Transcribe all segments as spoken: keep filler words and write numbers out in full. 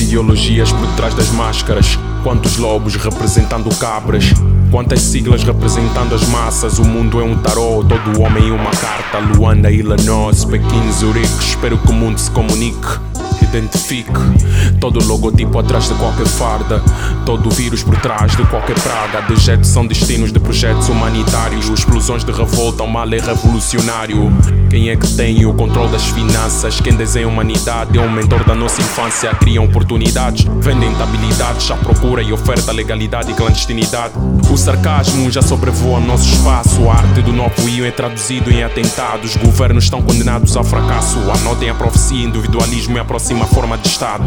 ideologias por detrás das máscaras. Quantos lobos representando cabras, quantas siglas representando as massas. O mundo é um tarô, todo homem uma carta. Luanda, Illinois, Pequim, Zurique. Espero que o mundo se comunique, identifique. Todo logotipo atrás de qualquer farda, todo vírus por trás de qualquer praga. Dejetos são destinos de projetos humanitários. Explosões de revolta, o mal é revolucionário. Quem é que tem o controle das finanças? Quem desenha humanidade é um mentor da nossa infância. Criam oportunidades, vendem habilidades à procura e oferta legalidade e clandestinidade. O sarcasmo já sobrevoa nosso espaço. A arte do novo I O é traduzido em atentados. Governos estão condenados ao fracasso. Anotem a profecia, individualismo é a próxima forma de Estado.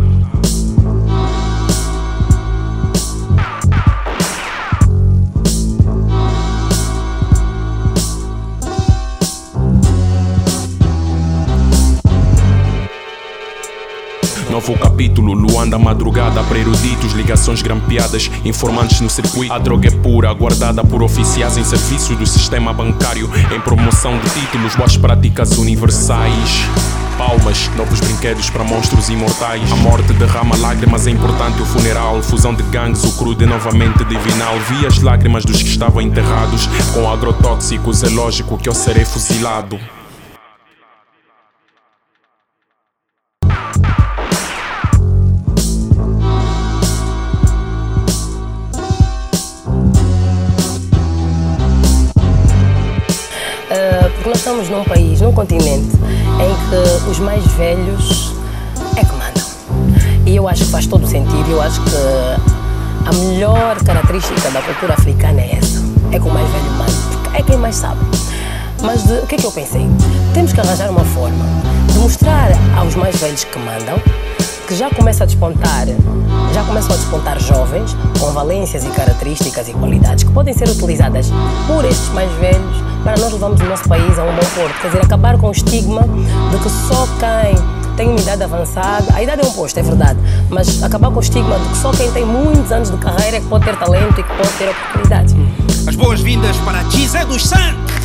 Novo capítulo, Luanda madrugada para eruditos, ligações grampeadas, informantes no circuito. A droga é pura, guardada por oficiais em serviço do sistema bancário, em promoção de títulos, boas práticas universais. Palmas, novos brinquedos para monstros imortais. A morte derrama lágrimas, é importante o funeral. Fusão de gangues, o crudo é novamente divinal. Vi as lágrimas dos que estavam enterrados. Com agrotóxicos, é lógico que eu serei fuzilado. Porque nós estamos num país, num continente, em que os mais velhos é que mandam. E eu acho que faz todo sentido. Eu acho que a melhor característica da cultura africana é essa. É que o mais velho manda, porque é quem mais sabe. Mas de, o que é que eu pensei? Temos que arranjar uma forma de mostrar aos mais velhos que mandam que já começa a despontar, já começam a despontar jovens com valências e características e qualidades que podem ser utilizadas por estes mais velhos para nós levarmos o nosso país a um bom porto. Quer dizer, acabar com o estigma de que só quem tem uma idade avançada, a idade é um posto, é verdade, mas acabar com o estigma de que só quem tem muitos anos de carreira é que pode ter talento e que pode ter oportunidades. As boas-vindas para José dos Santos.